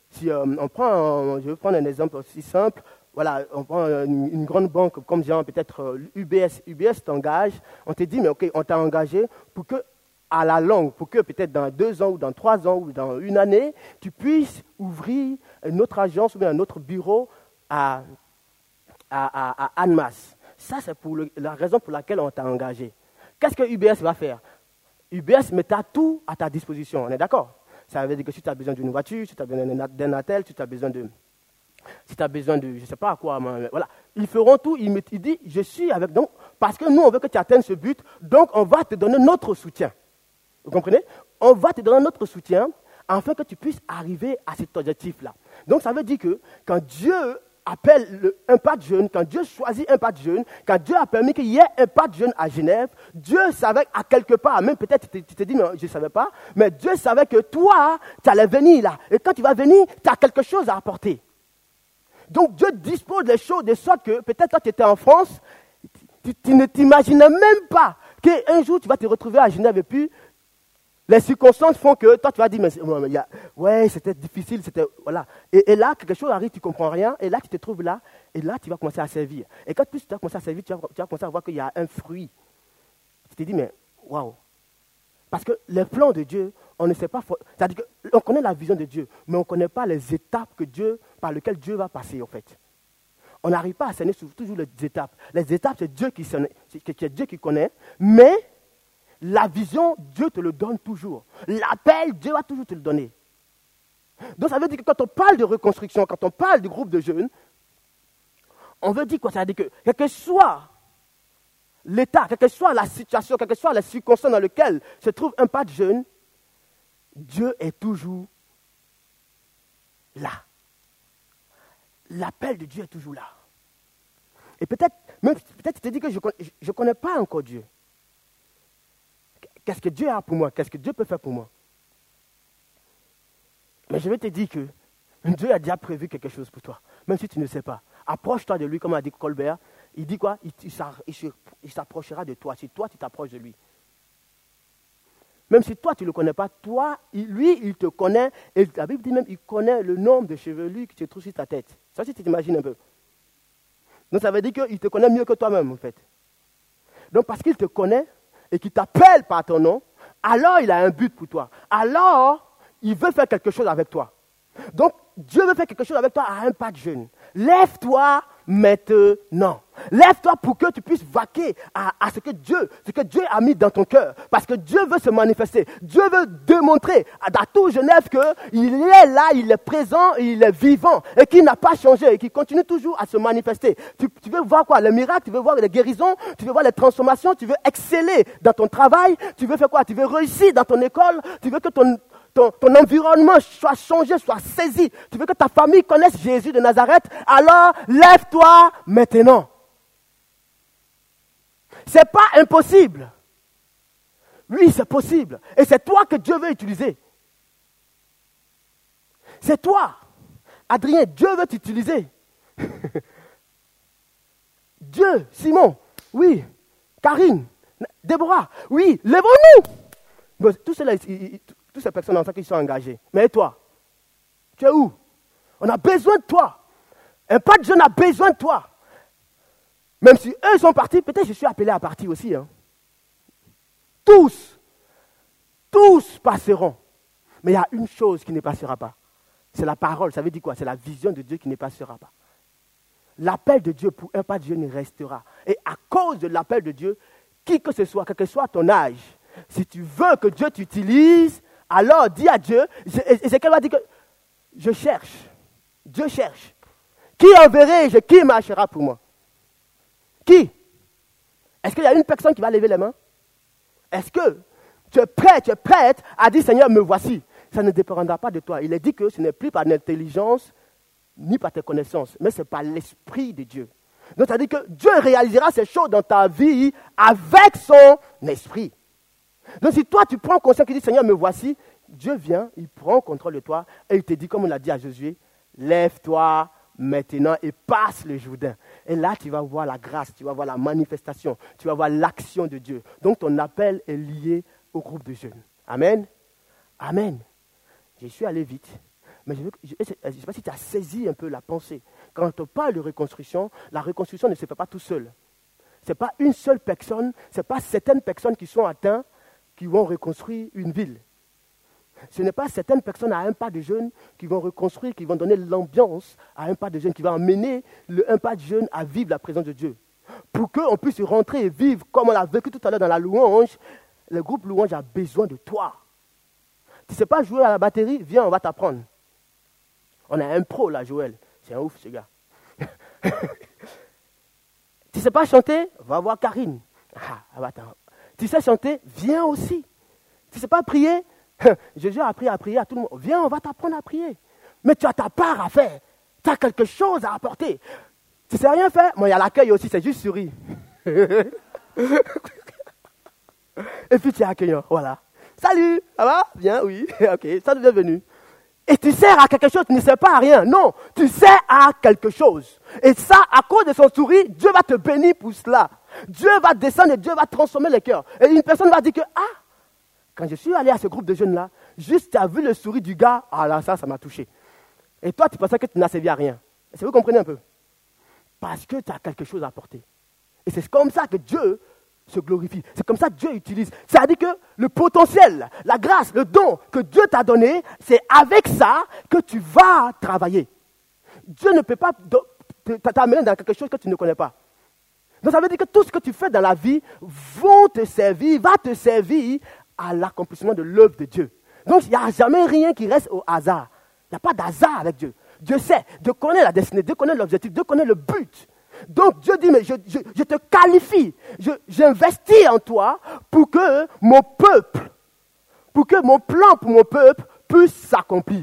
Si euh, on prend, je vais prendre un exemple aussi simple. Voilà, on prend une, une grande banque comme genre peut-être euh, U B S. U B S t'engage. On te dit, mais ok, on t'a engagé pour que, à la longue, pour que peut-être dans deux ans ou dans trois ans ou dans une année, tu puisses ouvrir une autre agence ou bien un autre bureau à, à, à, à Annemasse. Ça, c'est pour le, la raison pour laquelle on t'a engagé. Qu'est-ce que U B S va faire? U B S mettra tout à ta disposition, on est d'accord? Ça veut dire que si tu as besoin d'une voiture, si tu as besoin d'un attel, si tu as besoin de... Si tu as besoin de, je ne sais pas à quoi, mais voilà. Ils feront tout, il, me, il dit, je suis avec, donc, parce que nous, on veut que tu atteignes ce but, donc on va te donner notre soutien. Vous comprenez? On va te donner notre soutien afin que tu puisses arriver à cet objectif-là. Donc ça veut dire que quand Dieu appelle le, un pas de jeune, quand Dieu choisit un pas de jeune, quand Dieu a permis qu'il y ait un pas de jeune à Genève, Dieu savait à quelque part, même peut-être tu te dis, mais je ne savais pas, mais Dieu savait que toi, tu allais venir là. Et quand tu vas venir, tu as quelque chose à apporter. Donc Dieu dispose des choses de sorte que peut-être quand tu étais en France, tu, tu ne t'imaginais même pas qu'un jour tu vas te retrouver à Genève et puis les circonstances font que toi tu vas dire, mais, mais, mais ouais, c'était difficile, c'était, voilà. Et, et là, quelque chose arrive, tu ne comprends rien, et là tu te trouves là, et là tu vas commencer à servir. Et quand plus tu vas commencer à servir, tu vas, tu vas commencer à voir qu'il y a un fruit. Tu te dis, mais waouh. Parce que les plans de Dieu, on ne sait pas, c'est-à-dire qu'on connaît la vision de Dieu, mais on ne connaît pas les étapes que Dieu, par lesquelles Dieu va passer en fait. On n'arrive pas à cerner toujours les étapes. Les étapes, c'est Dieu qui, c'est Dieu qui connaît, mais la vision, Dieu te le donne toujours. L'appel, Dieu va toujours te le donner. Donc ça veut dire que quand on parle de reconstruction, quand on parle du groupe de jeunes, on veut dire quoi? Ça veut dire que quel que soit l'état, quelle que soit la situation, quelle que soit la circonstance dans laquelle se trouve un pas de jeune, Dieu est toujours là. L'appel de Dieu est toujours là. Et peut-être, même peut-être tu te dis que je ne connais pas encore Dieu. Qu'est-ce que Dieu a pour moi? Qu'est-ce que Dieu peut faire pour moi? Mais je vais te dire que Dieu a déjà prévu quelque chose pour toi, même si tu ne sais pas. Approche-toi de lui, comme a dit Colbert. Il dit quoi? Il, il, il s'approchera de toi, si toi tu t'approches de lui. Même si toi tu ne le connais pas, toi, il, lui, il te connaît. Et la Bible dit même, il connaît le nombre de chevelus qui te trouvent sur ta tête. Ça, si tu t'imagines un peu. Donc ça veut dire qu'il te connaît mieux que toi-même, en fait. Donc parce qu'il te connaît et qu'il t'appelle par ton nom, alors il a un but pour toi. Alors, il veut faire quelque chose avec toi. Donc, Dieu veut faire quelque chose avec toi à un pas de jeune. Lève-toi maintenant. Lève-toi pour que tu puisses vaquer à, à ce que Dieu, ce que Dieu a mis dans ton cœur. Parce que Dieu veut se manifester. Dieu veut démontrer à, à tout Genève qu'il est là, il est présent, il est vivant et qu'il n'a pas changé et qu'il continue toujours à se manifester. Tu, tu veux voir quoi? Les miracles, tu veux voir les guérisons, tu veux voir les transformations, tu veux exceller dans ton travail, tu veux faire quoi? Tu veux réussir dans ton école, tu veux que ton... Ton, ton environnement soit changé, soit saisi. Tu veux que ta famille connaisse Jésus de Nazareth? Alors, lève-toi maintenant. Ce n'est pas impossible. Oui, c'est possible. Et c'est toi que Dieu veut utiliser. C'est toi. Adrien, Dieu veut t'utiliser. Dieu, Simon, oui. Karine, Déborah, oui. Lèvons-nous. Bon, tout cela, il, il, toutes ces personnes ensemble qui sont engagées. Mais toi, tu es où? On a besoin de toi. Un pas de jeune a besoin de toi. Même si eux sont partis, peut-être je suis appelé à partir aussi. Hein. Tous, tous passeront. Mais il y a une chose qui ne passera pas. C'est la parole. Ça veut dire quoi? C'est la vision de Dieu qui ne passera pas. L'appel de Dieu pour un pas de jeune restera. Et à cause de l'appel de Dieu, qui que ce soit, quel que soit ton âge, si tu veux que Dieu t'utilise, alors dis à Dieu, Ézéchiel va dire que je cherche, Dieu cherche. Qui enverrai-je, qui marchera pour moi? Qui? Est-ce qu'il y a une personne qui va lever les mains? Est-ce que tu es prêt, tu es prête à dire Seigneur, me voici? Ça ne dépendra pas de toi. Il est dit que ce n'est plus par l'intelligence ni par tes connaissances, mais c'est par l'Esprit de Dieu. Donc ça veut dire que Dieu réalisera ces choses dans ta vie avec son esprit. Donc si toi tu prends conscience, tu dis Seigneur me voici, Dieu vient, il prend contrôle de toi et il te dit comme on l'a dit à Josué, lève-toi maintenant et passe le Jourdain. Et là tu vas voir la grâce, tu vas voir la manifestation, tu vas voir l'action de Dieu. Donc ton appel est lié au groupe de jeunes. Amen. Amen. Je suis allé vite, Mais je ne sais pas si tu as saisi un peu la pensée. Quand on parle de reconstruction, la reconstruction ne se fait pas tout seul. Ce n'est pas une seule personne, ce n'est pas certaines personnes qui sont atteintes qui vont reconstruire une ville. Ce n'est pas certaines personnes à un pas de jeunes qui vont reconstruire, qui vont donner l'ambiance à un pas de jeunes, qui vont amener le un pas de jeunes à vivre la présence de Dieu. Pour qu'on puisse rentrer et vivre comme on l'a vécu tout à l'heure dans la louange, le groupe louange a besoin de toi. Tu ne sais pas jouer à la batterie? Viens, on va t'apprendre. On a un pro là, Joël. C'est un ouf, ce gars. Tu ne sais pas chanter? Va voir Karine. Ah, attends. Tu sais chanter? Viens aussi. Tu ne sais pas prier? Jésus a appris à prier à tout le monde. Viens, on va t'apprendre à prier. Mais tu as ta part à faire. Tu as quelque chose à apporter. Tu ne sais rien faire? Moi, il y a l'accueil aussi, c'est juste sourire. Et puis tu es accueillant, voilà. Salut, ça va? Bien, oui. Ok, ça devient venu. Et tu sers à quelque chose, tu ne sers pas à rien. Non, tu sers à quelque chose. Et ça, à cause de son sourire, Dieu va te bénir pour cela. Dieu va descendre et Dieu va transformer les cœurs. Et une personne va dire que, ah, quand je suis allé à ce groupe de jeunes-là, juste tu as vu le sourire du gars, ah là, ça, ça m'a touché. Et toi, tu pensais que tu n'as servi à rien. Est-ce que vous comprenez un peu? Parce que tu as quelque chose à apporter. Et c'est comme ça que Dieu se glorifie. C'est comme ça que Dieu utilise. C'est-à-dire que le potentiel, la grâce, le don que Dieu t'a donné, c'est avec ça que tu vas travailler. Dieu ne peut pas t'amener dans quelque chose que tu ne connais pas. Donc ça veut dire que tout ce que tu fais dans la vie va te servir, va te servir à l'accomplissement de l'œuvre de Dieu. Donc il n'y a jamais rien qui reste au hasard. Il n'y a pas d'hasard avec Dieu. Dieu sait, Dieu connaît la destinée, Dieu connaît l'objectif, Dieu connaît le but. Donc Dieu dit, mais je, je, je te qualifie, je, j'investis en toi pour que mon peuple, pour que mon plan pour mon peuple puisse s'accomplir.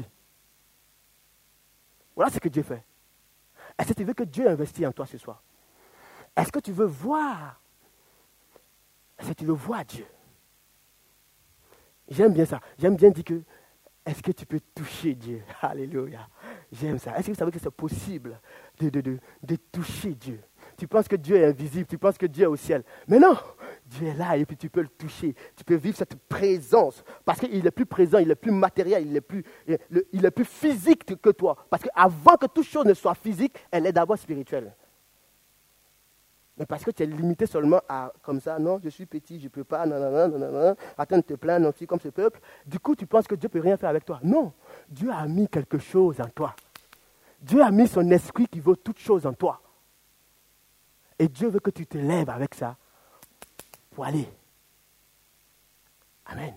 Voilà ce que Dieu fait. Est-ce que tu veux que Dieu investisse en toi ce soir? Est-ce que tu veux voir? Est-ce que tu veux voir Dieu? J'aime bien ça. J'aime bien dire que, est-ce que tu peux toucher Dieu? Alléluia. J'aime ça. Est-ce que vous savez que c'est possible de, de, de, de toucher Dieu? Tu penses que Dieu est invisible, tu penses que Dieu est au ciel. Mais non, Dieu est là et puis tu peux le toucher. Tu peux vivre cette présence parce qu'il est plus présent, il est plus matériel, il est plus, il est plus physique que toi. Parce qu'avant que toute chose ne soit physique, elle est d'abord spirituelle. Mais parce que tu es limité seulement à, comme ça, non, je suis petit, je ne peux pas, non, non, non, non, non, attends de te plaindre, non, tu es comme ce peuple. Du coup, tu penses que Dieu ne peut rien faire avec toi. Non, Dieu a mis quelque chose en toi. Dieu a mis son esprit qui vaut toute chose en toi. Et Dieu veut que tu te lèves avec ça pour aller. Amen.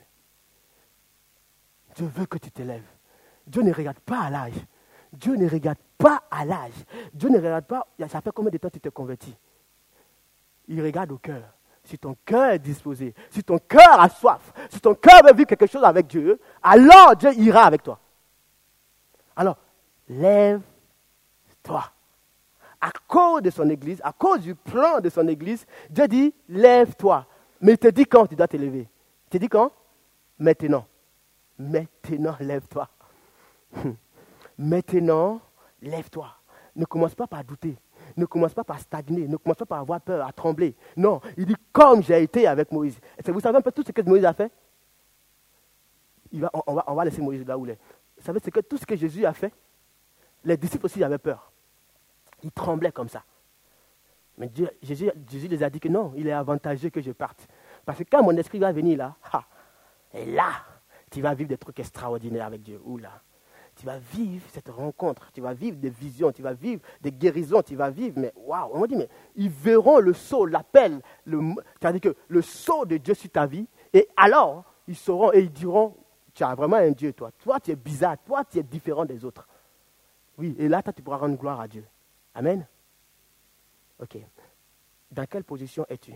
Dieu veut que tu te lèves. Dieu ne regarde pas à l'âge. Dieu ne regarde pas à l'âge. Dieu ne regarde pas, ça fait combien de temps tu t'es converti? Il regarde au cœur. Si ton cœur est disposé, si ton cœur a soif, si ton cœur veut vivre quelque chose avec Dieu, alors Dieu ira avec toi. Alors, lève-toi. À cause de son église, à cause du plan de son église, Dieu dit, lève-toi. Mais il te dit quand tu dois te lever. Il te dit quand? Maintenant. Maintenant, lève-toi. Maintenant, lève-toi. Ne commence pas par douter. Ne commence pas par stagner, ne commence pas par avoir peur, à trembler. Non, il dit comme j'ai été avec Moïse. Et vous savez un peu tout ce que Moïse a fait? il va, on, va, on va laisser Moïse là où il est. Vous savez, c'est que tout ce que Jésus a fait, les disciples aussi avaient peur. Ils tremblaient comme ça. Mais Dieu, Jésus, Jésus les a dit que non, il est avantageux que je parte. Parce que quand mon esprit va venir là, ha, et là, tu vas vivre des trucs extraordinaires avec Dieu. Oula. Tu vas vivre cette rencontre, tu vas vivre des visions, tu vas vivre des guérisons, tu vas vivre, mais waouh, on m'a dit, mais ils verront le sceau, l'appel, le, c'est-à-dire que le sceau de Dieu sur ta vie, et alors, ils sauront et ils diront, tu as vraiment un Dieu, toi. Toi, tu es bizarre, toi, tu es différent des autres. Oui, et là, toi, tu pourras rendre gloire à Dieu. Amen. Ok. Dans quelle position es-tu?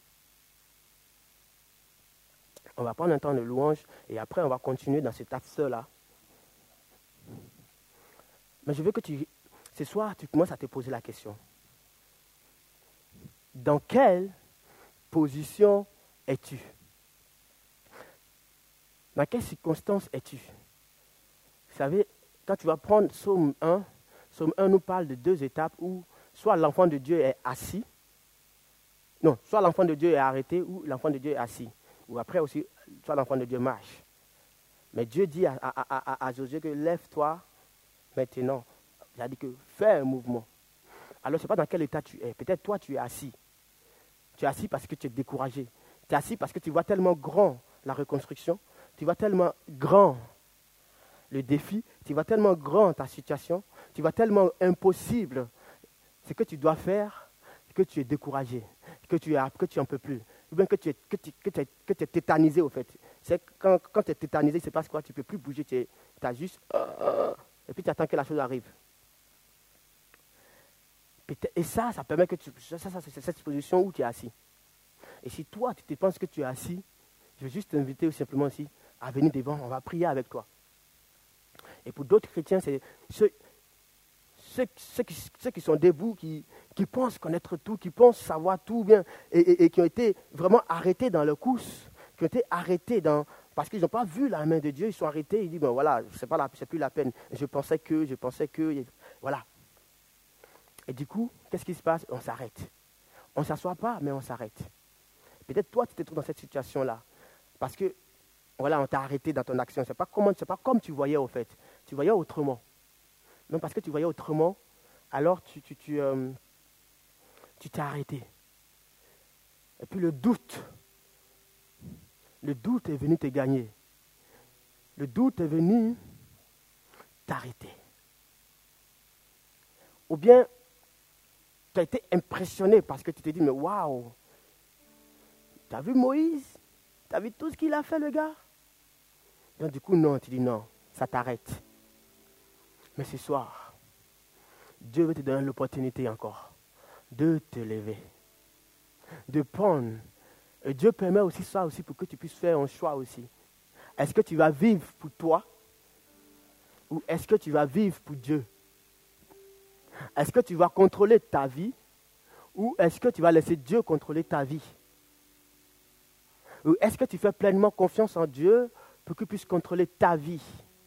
On va prendre un temps de louange, et après, on va continuer dans cet axe-là. Mais je veux que tu, ce soir, tu commences à te poser la question. Dans quelle position es-tu? Dans quelles circonstances es-tu? Vous savez, quand tu vas prendre Psaume un, Psaume un nous parle de deux étapes où soit l'enfant de Dieu est assis, non, soit l'enfant de Dieu est arrêté ou l'enfant de Dieu est assis. Ou après aussi, soit l'enfant de Dieu marche. Mais Dieu dit à, à, à, à Josué que lève-toi Maintenant, j'ai dit que fais un mouvement. Alors, je ne sais pas dans quel état tu es. Peut-être toi, tu es assis. Tu es assis parce que tu es découragé. Tu es assis parce que tu vois tellement grand la reconstruction. Tu vois tellement grand le défi. Tu vois tellement grand ta situation. Tu vois tellement impossible ce que tu dois faire que tu es découragé, que tu n'en que tu peux plus. Ou bien que tu es, que tu, que tu es, que tu es tétanisé, au fait. C'est quand, quand tu es tétanisé, il se passe quoi? Tu ne peux plus bouger. Tu as juste... Et puis tu attends que la chose arrive. Et ça, ça permet que tu... Ça, ça, c'est cette position où tu es assis. Et si toi, tu te penses que tu es assis, je veux juste t'inviter simplement aussi à venir devant. On va prier avec toi. Et pour d'autres chrétiens, c'est ceux, ceux, ceux, qui, ceux qui sont debout, qui, qui pensent connaître tout, qui pensent savoir tout bien, et, et, et qui ont été vraiment arrêtés dans leur course, qui ont été arrêtés dans... Parce qu'ils n'ont pas vu la main de Dieu, ils sont arrêtés, ils disent, bon voilà, c'est pas la, c'est plus la peine. Je pensais que, je pensais que... Voilà. Et du coup, qu'est-ce qui se passe? On s'arrête. On ne s'assoit pas, mais on s'arrête. Peut-être toi, tu te trouves dans cette situation-là. Parce que, voilà, on t'a arrêté dans ton action. Ce n'est pas, pas comme tu voyais, au fait. Tu voyais autrement. Non, parce que tu voyais autrement, alors tu, tu, tu, euh, tu t'es arrêté. Et puis le doute. Le doute est venu te gagner. Le doute est venu t'arrêter. Ou bien, tu as été impressionné parce que tu t'es dit, mais waouh, tu as vu Moïse? Tu as vu tout ce qu'il a fait, le gars? Donc du coup, non, tu dis non, ça t'arrête. Mais ce soir, Dieu veut te donner l'opportunité encore de te lever, de prendre. Et Dieu permet aussi ça aussi pour que tu puisses faire un choix aussi. Est-ce que tu vas vivre pour toi ou est-ce que tu vas vivre pour Dieu? Est-ce que tu vas contrôler ta vie ou est-ce que tu vas laisser Dieu contrôler ta vie? Ou est-ce que tu fais pleinement confiance en Dieu pour qu'il puisse contrôler ta vie?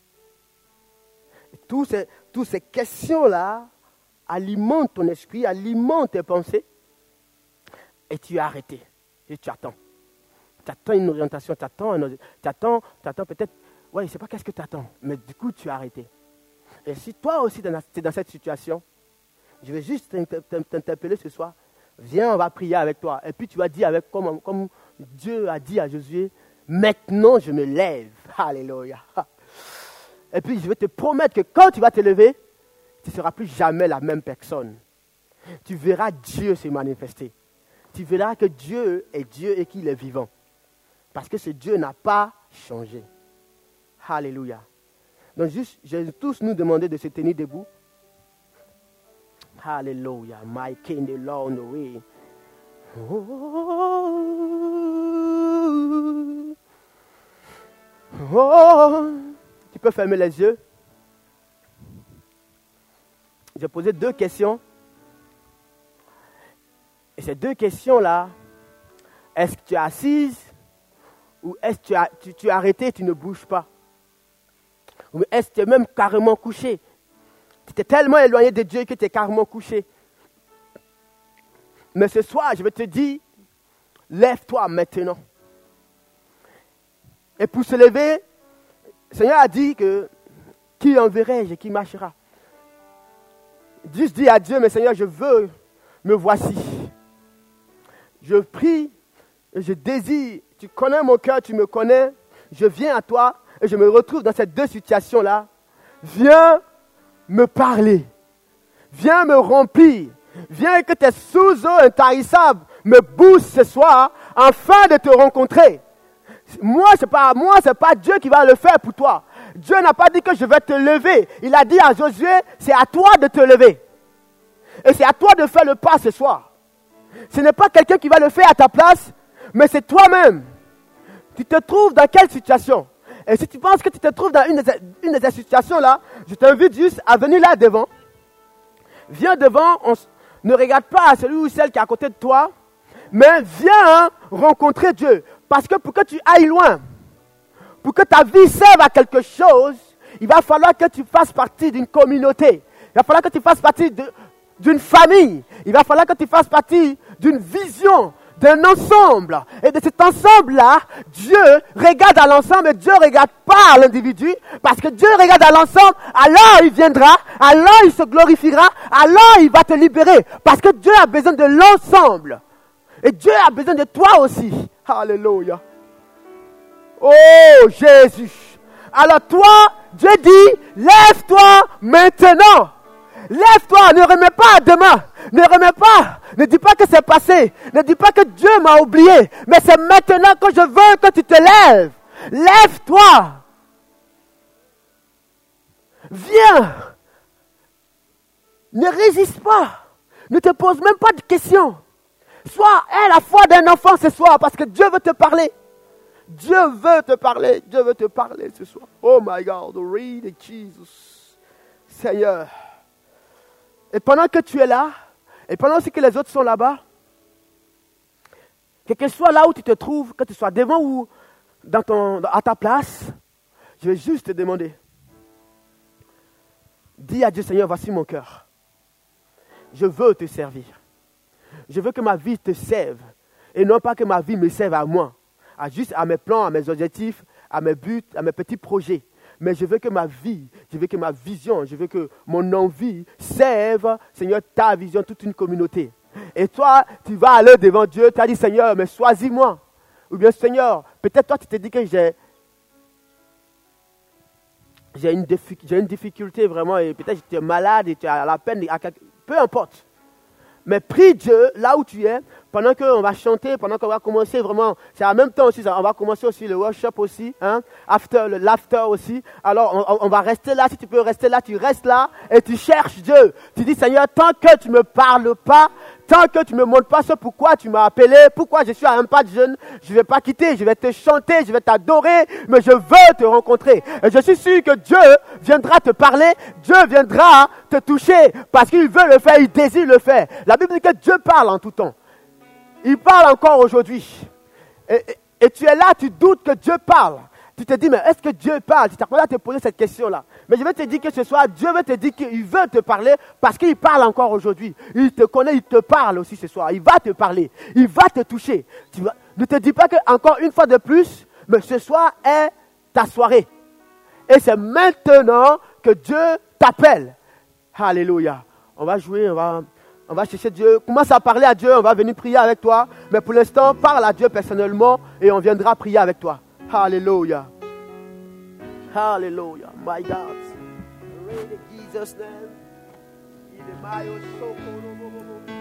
Toutes ces, toutes ces questions-là alimentent ton esprit, alimentent tes pensées et tu es arrêté et tu attends. Tu attends une orientation, tu attends, un, tu attends, tu attends peut-être, ouais, je ne sais pas qu'est-ce que tu attends, mais du coup tu es arrêté. Et si toi aussi tu es dans cette situation, je vais juste t'interpeller ce soir. Viens, on va prier avec toi. Et puis tu vas dire avec comme, comme Dieu a dit à Josué, maintenant je me lève. Alléluia. Et puis je vais te promettre que quand tu vas te lever, tu ne seras plus jamais la même personne. Tu verras Dieu se manifester. Tu verras que Dieu est Dieu et qu'il est vivant. Parce que ce Dieu n'a pas changé. Alléluia. Donc juste, je vais tous nous demander de se tenir debout. Hallelujah, my king alone the way. Oh, oh. Tu peux fermer les yeux. J'ai posé deux questions. Et ces deux questions-là, est-ce que tu es assise ou est-ce que tu, as, tu, tu es arrêté et tu ne bouges pas? Ou est-ce que tu es même carrément couché? Tu t'es tellement éloigné de Dieu que tu es carrément couché. Mais ce soir, je vais te dire, lève-toi maintenant. Et pour se lever, le Seigneur a dit que qui enverrai-je et qui marchera? Juste dis à Dieu, mais Seigneur, je veux, me voici. Je prie et je désire. Tu connais mon cœur, tu me connais. Je viens à toi et je me retrouve dans ces deux situations-là. Viens me parler. Viens me remplir. Viens que tes sous-eaux intarissables me boostent ce soir afin de te rencontrer. Moi, ce n'est pas, moi, c'est pas Dieu qui va le faire pour toi. Dieu n'a pas dit que je vais te lever. Il a dit à Josué, c'est à toi de te lever. Et c'est à toi de faire le pas ce soir. Ce n'est pas quelqu'un qui va le faire à ta place, mais c'est toi-même. Tu te trouves dans quelle situation? Et si tu penses que tu te trouves dans une de ces, une de ces situations-là, je t'invite juste à venir là devant. Viens devant, on, ne regarde pas à celui ou celle qui est à côté de toi, mais viens rencontrer Dieu. Parce que pour que tu ailles loin, pour que ta vie serve à quelque chose, il va falloir que tu fasses partie d'une communauté. Il va falloir que tu fasses partie de, d'une famille. Il va falloir que tu fasses partie d'une vision, d'un ensemble. Et de cet ensemble-là, Dieu regarde à l'ensemble et Dieu ne regarde pas à l'individu. Parce que Dieu regarde à l'ensemble, alors il viendra, alors il se glorifiera, alors il va te libérer. Parce que Dieu a besoin de l'ensemble. Et Dieu a besoin de toi aussi. Alléluia. Oh Jésus. Alors toi, Dieu dit, lève-toi maintenant. Lève-toi, ne remets pas à demain. Ne remets pas. Ne dis pas que c'est passé. Ne dis pas que Dieu m'a oublié. Mais c'est maintenant que je veux que tu te lèves. Lève-toi. Viens. Ne résiste pas. Ne te pose même pas de questions. Sois à la foi d'un enfant ce soir parce que Dieu veut te parler. Dieu veut te parler. Dieu veut te parler ce soir. Oh my God. Read Jesus. Seigneur. Et pendant que tu es là, et pendant aussi que les autres sont là-bas, quel que soit là où tu te trouves, que tu sois devant ou dans ton, à ta place, je vais juste te demander. Dis à Dieu, Seigneur, voici mon cœur. Je veux te servir. Je veux que ma vie te serve. Et non pas que ma vie me serve à moi. À juste à mes plans, à mes objectifs, à mes buts, à mes petits projets. Mais je veux que ma vie, je veux que ma vision, je veux que mon envie serve, Seigneur, ta vision, toute une communauté. Et toi, tu vas aller devant Dieu, tu as dit, Seigneur, mais choisis-moi. Ou bien, Seigneur, peut-être toi, tu te dis que j'ai, j'ai, une, diffi- j'ai une difficulté vraiment, et peut-être que tu es malade et tu as la peine, à quelque... peu importe. Mais prie Dieu, là où tu es, pendant qu'on va chanter, pendant qu'on va commencer vraiment, c'est en même temps aussi, on va commencer aussi le worship aussi, hein, after, le laughter aussi. Alors, on, on va rester là, si tu peux rester là, tu restes là et tu cherches Dieu. Tu dis, Seigneur, tant que tu ne me parles pas, tant que tu ne me montres pas ce pourquoi tu m'as appelé, pourquoi je suis à un pas de jeûne, je ne vais pas quitter, je vais te chanter, je vais t'adorer, mais je veux te rencontrer. Et je suis sûr que Dieu viendra te parler, Dieu viendra te toucher, parce qu'il veut le faire, il désire le faire. La Bible dit que Dieu parle en tout temps. Il parle encore aujourd'hui. Et, et, et tu es là, tu doutes que Dieu parle. Tu te dis, mais est-ce que Dieu parle? Tu t'as pas à te poser cette question-là. Mais je vais te dire que ce soir, Dieu veut te dire qu'il veut te parler parce qu'il parle encore aujourd'hui. Il te connaît, il te parle aussi ce soir. Il va te parler. Il va te toucher. Tu vas, ne te dis pas qu'encore une fois de plus, mais ce soir est ta soirée. Et c'est maintenant que Dieu t'appelle. Alléluia. On va jouer, on va... On va chercher Dieu. Commence à parler à Dieu. On va venir prier avec toi. Mais pour l'instant, parle à Dieu personnellement et on viendra prier avec toi. Hallelujah. Hallelujah. My God. In Jesus' name.